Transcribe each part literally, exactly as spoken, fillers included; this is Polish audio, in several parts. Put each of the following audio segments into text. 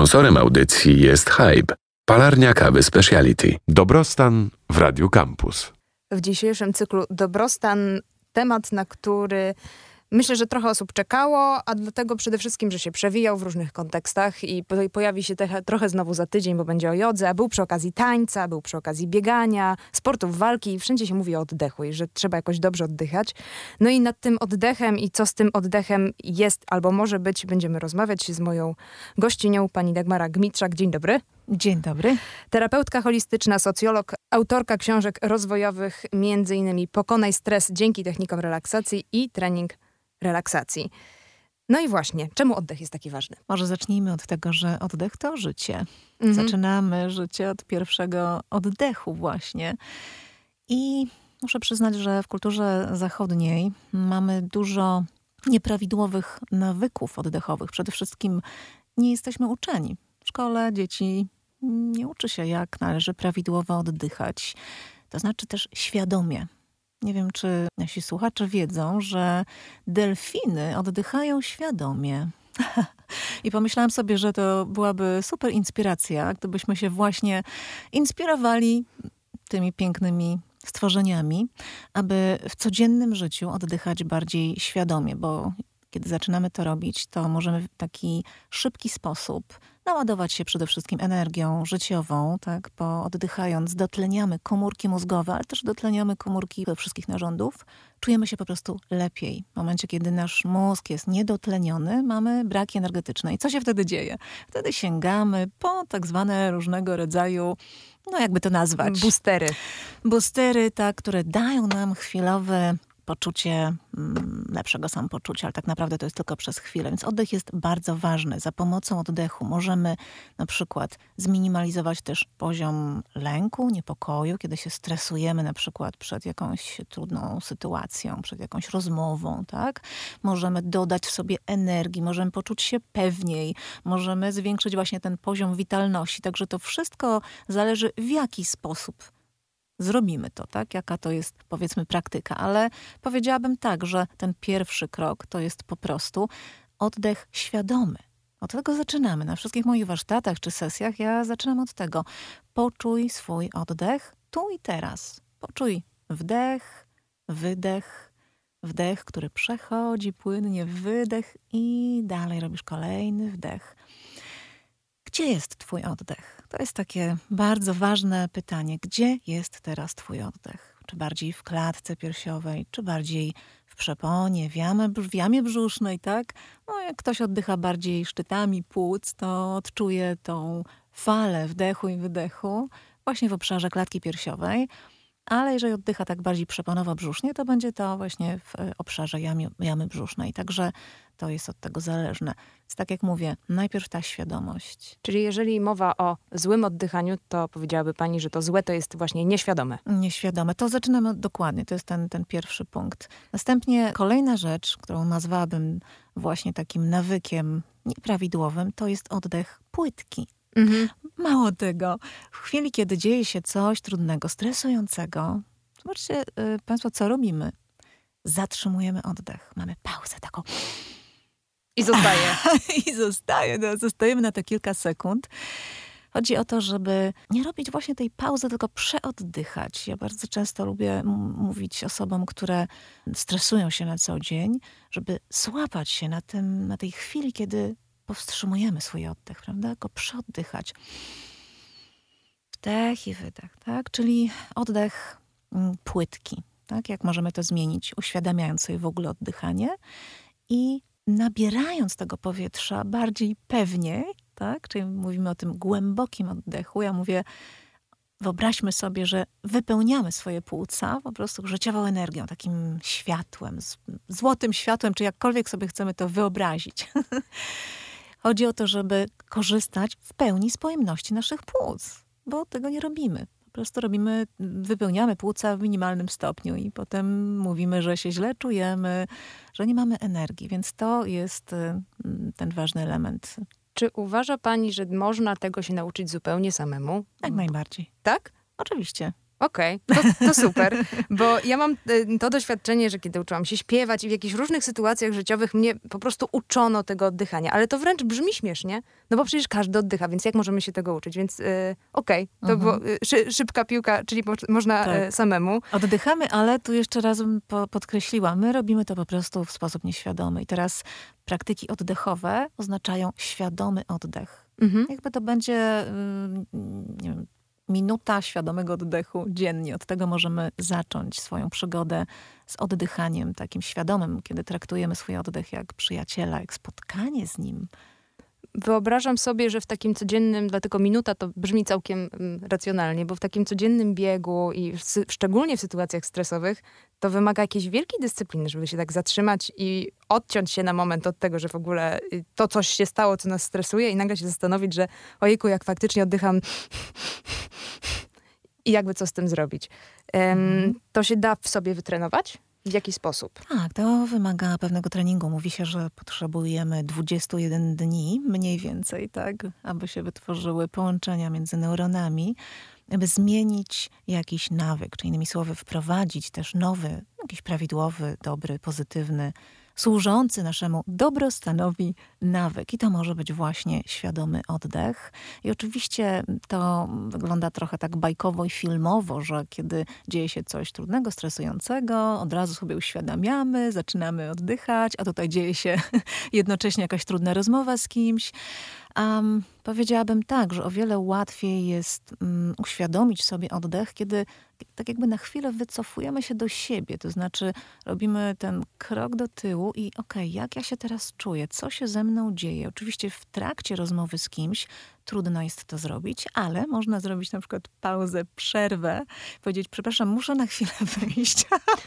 Sponsorem audycji jest Hype, palarnia kawy Speciality. Dobrostan w Radiu Campus. W dzisiejszym cyklu Dobrostan temat, na który myślę, że trochę osób czekało, a dlatego przede wszystkim, że się przewijał w różnych kontekstach i po, pojawi się te, trochę znowu za tydzień, bo będzie o jodze, a był przy okazji tańca, był przy okazji biegania, sportów walki i wszędzie się mówi o oddechu i że trzeba jakoś dobrze oddychać. No i nad tym oddechem i co z tym oddechem jest albo może być, będziemy rozmawiać z moją gościnią, pani Dagmara Gmitrzak. Dzień dobry. Dzień dobry. Terapeutka holistyczna, socjolog, autorka książek rozwojowych, między innymi Pokonaj stres dzięki technikom relaksacji i trening relaksacji. No i właśnie, czemu oddech jest taki ważny? Może zacznijmy od tego, że oddech to życie. Mhm. Zaczynamy życie od pierwszego oddechu właśnie. I muszę przyznać, że w kulturze zachodniej mamy dużo nieprawidłowych nawyków oddechowych. Przede wszystkim nie jesteśmy uczeni. W szkole dzieci nie uczy się, jak należy prawidłowo oddychać. To znaczy też świadomie. Nie wiem, czy nasi słuchacze wiedzą, że delfiny oddychają świadomie. I pomyślałam sobie, że to byłaby super inspiracja, gdybyśmy się właśnie inspirowali tymi pięknymi stworzeniami, aby w codziennym życiu oddychać bardziej świadomie, bo kiedy zaczynamy to robić, to możemy w taki szybki sposób naładować się przede wszystkim energią życiową, tak? Bo oddychając dotleniamy komórki mózgowe, ale też dotleniamy komórki wszystkich narządów. Czujemy się po prostu lepiej. W momencie, kiedy nasz mózg jest niedotleniony, mamy braki energetyczne. I co się wtedy dzieje? Wtedy sięgamy po tak zwane różnego rodzaju, no jakby to nazwać? Boostery. Boostery, tak, które dają nam chwilowe poczucie mm, lepszego samopoczucia, ale tak naprawdę to jest tylko przez chwilę. Więc oddech jest bardzo ważny. Za pomocą oddechu możemy na przykład zminimalizować też poziom lęku, niepokoju, kiedy się stresujemy na przykład przed jakąś trudną sytuacją, przed jakąś rozmową, tak? Możemy dodać sobie energii, możemy poczuć się pewniej, możemy zwiększyć właśnie ten poziom witalności. Także to wszystko zależy, w jaki sposób zrobimy to, tak? Jaka to jest, powiedzmy, praktyka. Ale powiedziałabym tak, że ten pierwszy krok to jest po prostu oddech świadomy. Od tego zaczynamy. Na wszystkich moich warsztatach czy sesjach ja zaczynam od tego. Poczuj swój oddech tu i teraz. Poczuj wdech, wydech, wdech, który przechodzi płynnie, wydech i dalej robisz kolejny wdech. Gdzie jest twój oddech? To jest takie bardzo ważne pytanie. Gdzie jest teraz twój oddech? Czy bardziej w klatce piersiowej, czy bardziej w przeponie, w jamie, w jamie brzusznej, tak? No, jak ktoś oddycha bardziej szczytami płuc, to odczuje tą falę wdechu i wydechu właśnie w obszarze klatki piersiowej. Ale jeżeli oddycha tak bardziej przeponowo-brzusznie, to będzie to właśnie w obszarze jamy, jamy brzusznej. Także to jest od tego zależne. Więc tak jak mówię, najpierw ta świadomość. Czyli jeżeli mowa o złym oddychaniu, to powiedziałaby pani, że to złe to jest właśnie nieświadome. Nieświadome. To zaczynamy od, dokładnie. To jest ten, ten pierwszy punkt. Następnie kolejna rzecz, którą nazwałabym właśnie takim nawykiem nieprawidłowym, to jest oddech płytki. Mhm. Mało tego. W chwili, kiedy dzieje się coś trudnego, stresującego, zobaczcie y, państwo, co robimy. Zatrzymujemy oddech. Mamy pauzę taką. I zostaje. I zostaje. No, zostajemy na to kilka sekund. Chodzi o to, żeby nie robić właśnie tej pauzy, tylko przeoddychać. Ja bardzo często lubię m- mówić osobom, które stresują się na co dzień, żeby złapać się na tym, na tej chwili, kiedy powstrzymujemy swój oddech, prawda? Go przeoddychać. Wdech i wydech, tak? Czyli oddech mm, płytki, tak? Jak możemy to zmienić, uświadamiając sobie w ogóle oddychanie i nabierając tego powietrza bardziej pewniej, tak? Czyli mówimy o tym głębokim oddechu. Ja mówię, wyobraźmy sobie, że wypełniamy swoje płuca po prostu życiową energią, takim światłem, złotym światłem, czy jakkolwiek sobie chcemy to wyobrazić. Chodzi o to, żeby korzystać w pełni z pojemności naszych płuc, bo tego nie robimy. Po prostu robimy, wypełniamy płuca w minimalnym stopniu i potem mówimy, że się źle czujemy, że nie mamy energii, więc to jest ten ważny element. Czy uważa pani, że można tego się nauczyć zupełnie samemu? Jak najbardziej. Tak? Oczywiście. Okej, okay, to, to super, bo ja mam to doświadczenie, że kiedy uczyłam się śpiewać i w jakichś różnych sytuacjach życiowych mnie po prostu uczono tego oddychania, ale to wręcz brzmi śmiesznie, no bo przecież każdy oddycha, więc jak możemy się tego uczyć? Więc yy, okej, okay, to mhm. było szy, szybka piłka, czyli mo, można tak. yy, samemu. Oddychamy, ale tu jeszcze raz bym po, podkreśliła, my robimy to po prostu w sposób nieświadomy i teraz praktyki oddechowe oznaczają świadomy oddech. Mhm. Jakby to będzie, yy, nie wiem, minuta świadomego oddechu dziennie. Od tego możemy zacząć swoją przygodę z oddychaniem takim świadomym, kiedy traktujemy swój oddech jak przyjaciela, jak spotkanie z nim. Wyobrażam sobie, że w takim codziennym, dlatego minuta to brzmi całkiem racjonalnie, bo w takim codziennym biegu i w, szczególnie w sytuacjach stresowych, to wymaga jakiejś wielkiej dyscypliny, żeby się tak zatrzymać i odciąć się na moment od tego, że w ogóle to coś się stało, co nas stresuje i nagle się zastanowić, że ojejku, jak faktycznie oddycham i jakby co z tym zrobić. Um, mm. To się da w sobie wytrenować? W jaki sposób? Tak, to wymaga pewnego treningu. Mówi się, że potrzebujemy dwadzieścia jeden dni, mniej więcej, tak, aby się wytworzyły połączenia między neuronami, aby zmienić jakiś nawyk, czy innymi słowy wprowadzić też nowy, jakiś prawidłowy, dobry, pozytywny, służący naszemu dobrostanowi nawyk. I to może być właśnie świadomy oddech. I oczywiście to wygląda trochę tak bajkowo i filmowo, że kiedy dzieje się coś trudnego, stresującego, od razu sobie uświadamiamy, zaczynamy oddychać, a tutaj dzieje się jednocześnie jakaś trudna rozmowa z kimś. Um, powiedziałabym tak, że o wiele łatwiej jest um, uświadomić sobie oddech, kiedy tak jakby na chwilę wycofujemy się do siebie. To znaczy robimy ten krok do tyłu i okej, okay, jak ja się teraz czuję? Co się ze mną dzieje? Oczywiście w trakcie rozmowy z kimś trudno jest to zrobić, ale można zrobić na przykład pauzę, przerwę, powiedzieć, przepraszam, muszę na chwilę wyjść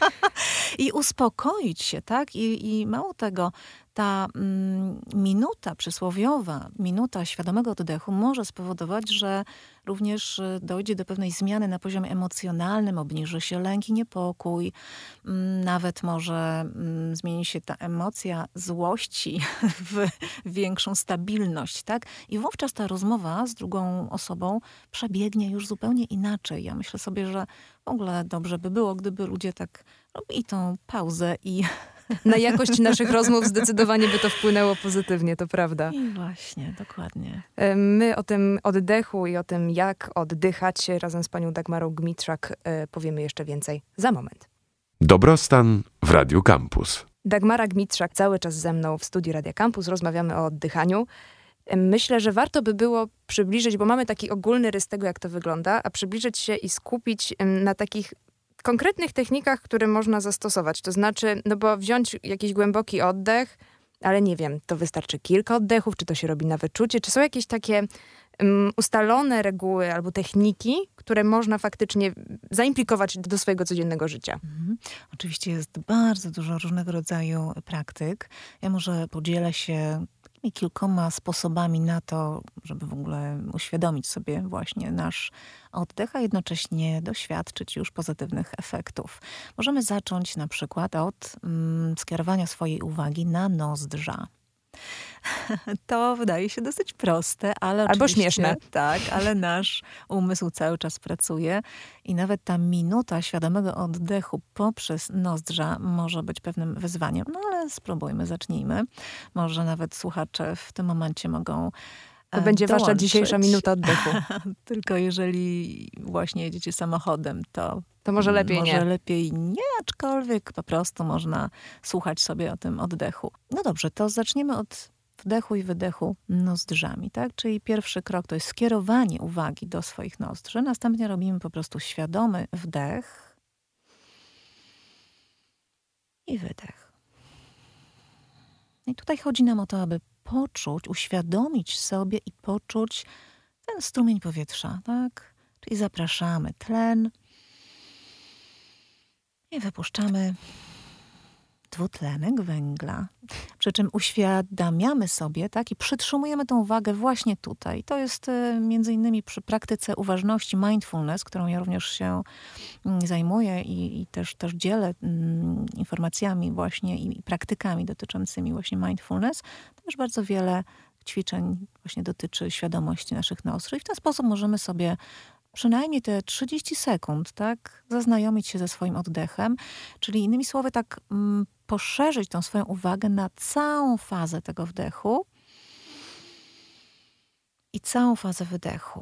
i uspokoić się, tak? I, i mało tego, ta mm, minuta przysłowiowa, minuta świadomego oddechu może spowodować, że również dojdzie do pewnej zmiany na poziomie emocjonalnym, obniży się lęk i niepokój. Nawet może zmieni się ta emocja złości w większą stabilność, tak? I wówczas ta rozmowa z drugą osobą przebiegnie już zupełnie inaczej. Ja myślę sobie, że w ogóle dobrze by było, gdyby ludzie tak robili tą pauzę i na jakość naszych rozmów zdecydowanie by to wpłynęło pozytywnie, to prawda. I właśnie, dokładnie. My o tym oddechu i o tym, jak oddychać razem z panią Dagmarą Gmitrzak powiemy jeszcze więcej za moment. Dobrostan w Radiu Campus. Dagmara Gmitrzak cały czas ze mną w studiu Radia Campus. Rozmawiamy o oddychaniu. Myślę, że warto by było przybliżyć, bo mamy taki ogólny rys tego, jak to wygląda, a przybliżyć się i skupić na takich konkretnych technikach, które można zastosować. To znaczy, no bo wziąć jakiś głęboki oddech, ale nie wiem, to wystarczy kilka oddechów, czy to się robi na wyczucie, czy są jakieś takie um, ustalone reguły albo techniki, które można faktycznie zaimplikować do swojego codziennego życia. Mhm. Oczywiście jest bardzo dużo różnego rodzaju praktyk. Ja może podzielę się takimi kilkoma sposobami na to, żeby w ogóle uświadomić sobie właśnie nasz oddech, a jednocześnie doświadczyć już pozytywnych efektów. Możemy zacząć na przykład od mm, skierowania swojej uwagi na nozdrza. To wydaje się dosyć proste, ale albo śmieszne. Tak, ale nasz umysł cały czas pracuje i nawet ta minuta świadomego oddechu poprzez nozdrza może być pewnym wyzwaniem. No ale spróbujmy, zacznijmy. Może nawet słuchacze w tym momencie mogą To będzie dołączyć. Wasza dzisiejsza minuta oddechu. Tylko jeżeli właśnie jedziecie samochodem, to To może lepiej może nie. lepiej nie, aczkolwiek po prostu można słuchać sobie o tym oddechu. No dobrze, to zaczniemy od wdechu i wydechu nozdrzami, tak? Czyli pierwszy krok to jest skierowanie uwagi do swoich nozdrzy. Następnie robimy po prostu świadomy wdech i wydech. I tutaj chodzi nam o to, aby poczuć, uświadomić sobie i poczuć ten strumień powietrza, tak? Czyli zapraszamy tlen i wypuszczamy dwutlenek węgla. Przy czym uświadamiamy sobie, tak, i przytrzymujemy tą uwagę właśnie tutaj. To jest y, między innymi przy praktyce uważności mindfulness, którą ja również się y, zajmuję i, i też, też dzielę y, informacjami właśnie i, i praktykami dotyczącymi właśnie mindfulness. Też bardzo wiele ćwiczeń właśnie dotyczy świadomości naszych nozdrzy. I w ten sposób możemy sobie przynajmniej te trzydzieści sekund, tak, zaznajomić się ze swoim oddechem, czyli innymi słowy tak mm, poszerzyć tą swoją uwagę na całą fazę tego wdechu i całą fazę wydechu.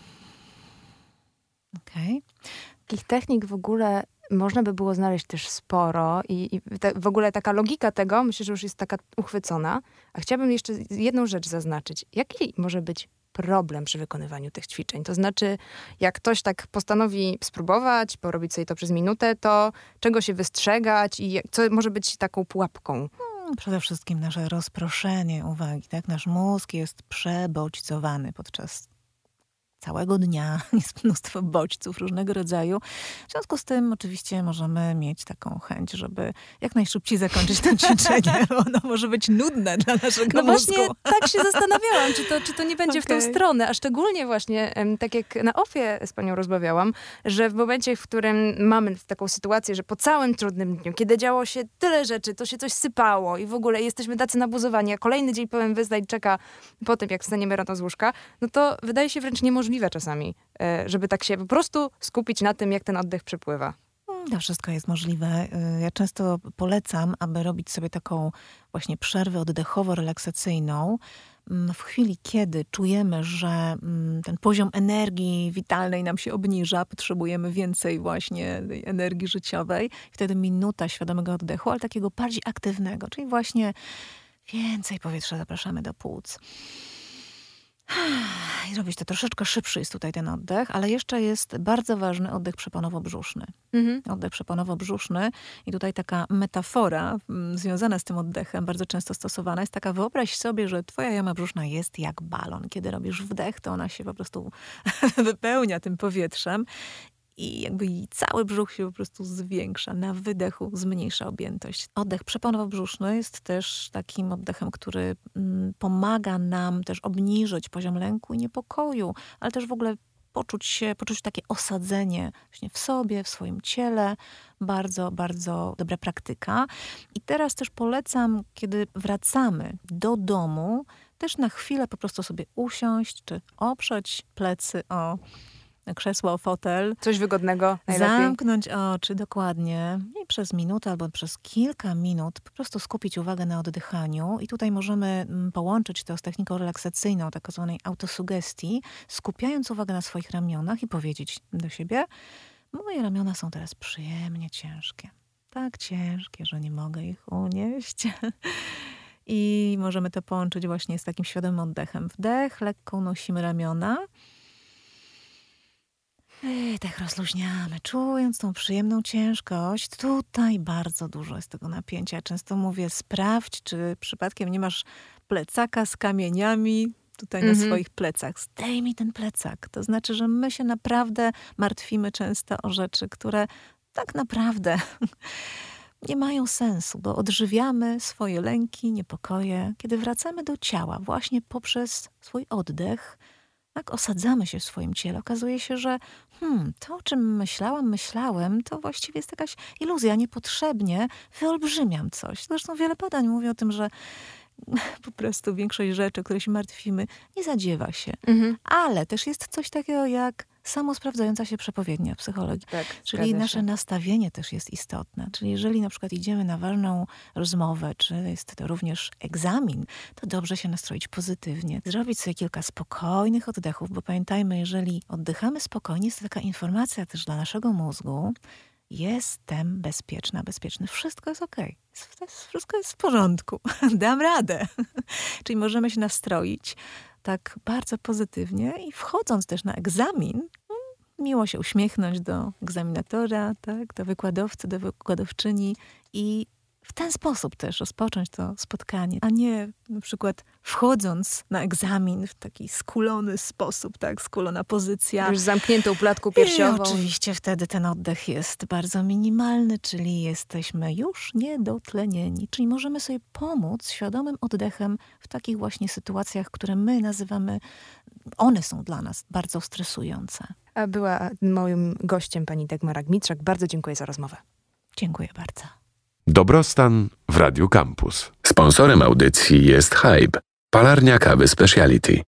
Okej. Okay. Takich technik w ogóle można by było znaleźć też sporo i, i te, w ogóle taka logika tego, myślę, że już jest taka uchwycona. A chciałabym jeszcze jedną rzecz zaznaczyć. Jaki może być problem przy wykonywaniu tych ćwiczeń? To znaczy, jak ktoś tak postanowi spróbować, porobić sobie to przez minutę, to czego się wystrzegać i co może być taką pułapką? Hmm, przede wszystkim nasze rozproszenie uwagi, tak? Nasz mózg jest przebodźcowany podczas całego dnia, jest mnóstwo bodźców różnego rodzaju. W związku z tym oczywiście możemy mieć taką chęć, żeby jak najszybciej zakończyć to ćwiczenie, bo ono może być nudne dla naszego no mózgu. Właśnie tak się zastanawiałam, czy to, czy to nie będzie okay. w tą stronę, a szczególnie właśnie, tak jak na ofie z panią rozmawiałam, że w momencie, w którym mamy taką sytuację, że po całym trudnym dniu, kiedy działo się tyle rzeczy, to się coś sypało i w ogóle jesteśmy tacy nabuzowani, a kolejny dzień pełen wyzwań czeka po tym, jak wstaniemy rano z łóżka, no to wydaje się wręcz niemożliwe czasami, żeby tak się po prostu skupić na tym, jak ten oddech przepływa. To wszystko jest możliwe. Ja często polecam, aby robić sobie taką właśnie przerwę oddechowo-relaksacyjną w chwili, kiedy czujemy, że ten poziom energii witalnej nam się obniża, potrzebujemy więcej właśnie tej energii życiowej. Wtedy minuta świadomego oddechu, ale takiego bardziej aktywnego, czyli właśnie więcej powietrza zapraszamy do płuc. I robić to troszeczkę szybszy jest tutaj ten oddech, ale jeszcze jest bardzo ważny oddech przeponowo-brzuszny. Mhm. Oddech przeponowo-brzuszny i tutaj taka metafora m, związana z tym oddechem, bardzo często stosowana, jest taka: wyobraź sobie, że twoja jama brzuszna jest jak balon. Kiedy robisz wdech, to ona się po prostu wypełnia tym powietrzem i jakby cały brzuch się po prostu zwiększa. Na wydechu zmniejsza objętość. Oddech przeponowo-brzuszny jest też takim oddechem, który mm, pomaga nam też obniżyć poziom lęku i niepokoju, ale też w ogóle poczuć się, poczuć takie osadzenie właśnie w sobie, w swoim ciele. Bardzo, bardzo dobra praktyka. I teraz też polecam, kiedy wracamy do domu, też na chwilę po prostu sobie usiąść, czy oprzeć plecy o krzesło, fotel. Coś wygodnego najlepiej. Zamknąć oczy, dokładnie. I przez minutę albo przez kilka minut po prostu skupić uwagę na oddychaniu. I tutaj możemy połączyć to z techniką relaksacyjną, tak zwanej autosugestii, skupiając uwagę na swoich ramionach i powiedzieć do siebie: moje ramiona są teraz przyjemnie ciężkie. Tak ciężkie, że nie mogę ich unieść. I możemy to połączyć właśnie z takim świadomym oddechem. Wdech, lekko unosimy ramiona. I tak rozluźniamy, czując tą przyjemną ciężkość. Tutaj bardzo dużo jest tego napięcia. Często mówię: sprawdź, czy przypadkiem nie masz plecaka z kamieniami tutaj mm-hmm. na swoich plecach. Zdejmij ten plecak. To znaczy, że my się naprawdę martwimy często o rzeczy, które tak naprawdę nie mają sensu, bo odżywiamy swoje lęki, niepokoje. Kiedy wracamy do ciała właśnie poprzez swój oddech, tak osadzamy się w swoim ciele. Okazuje się, że hmm, to, o czym myślałam, myślałem, to właściwie jest jakaś iluzja. Niepotrzebnie wyolbrzymiam coś. Zresztą wiele badań mówi o tym, że po prostu większość rzeczy, o które się martwimy, nie zadziewa się. Mhm. Ale też jest coś takiego jak samosprawdzająca się przepowiednia w psychologii. Tak, czyli nasze się. nastawienie też jest istotne. Czyli jeżeli na przykład idziemy na ważną rozmowę, czy jest to również egzamin, to dobrze się nastroić pozytywnie. Zrobić sobie kilka spokojnych oddechów, bo pamiętajmy, jeżeli oddychamy spokojnie, jest to taka informacja też dla naszego mózgu: jestem bezpieczna, bezpieczny. Wszystko jest okej. Okay. Wszystko jest w porządku. Dam radę. Czyli możemy się nastroić tak bardzo pozytywnie i wchodząc też na egzamin, miło się uśmiechnąć do egzaminatora, tak, do wykładowcy, do wykładowczyni i w ten sposób też rozpocząć to spotkanie, a nie na przykład wchodząc na egzamin w taki skulony sposób, tak, skulona pozycja. Już zamkniętą klatką piersiową. I oczywiście wtedy ten oddech jest bardzo minimalny, czyli jesteśmy już niedotlenieni. Czyli możemy sobie pomóc świadomym oddechem w takich właśnie sytuacjach, które my nazywamy, one są dla nas bardzo stresujące. A była moim gościem pani Dagmara Gmitczak. Bardzo dziękuję za rozmowę. Dziękuję bardzo. Dobrostan w Radiu Campus. Sponsorem audycji jest Hybe, palarnia kawy Speciality.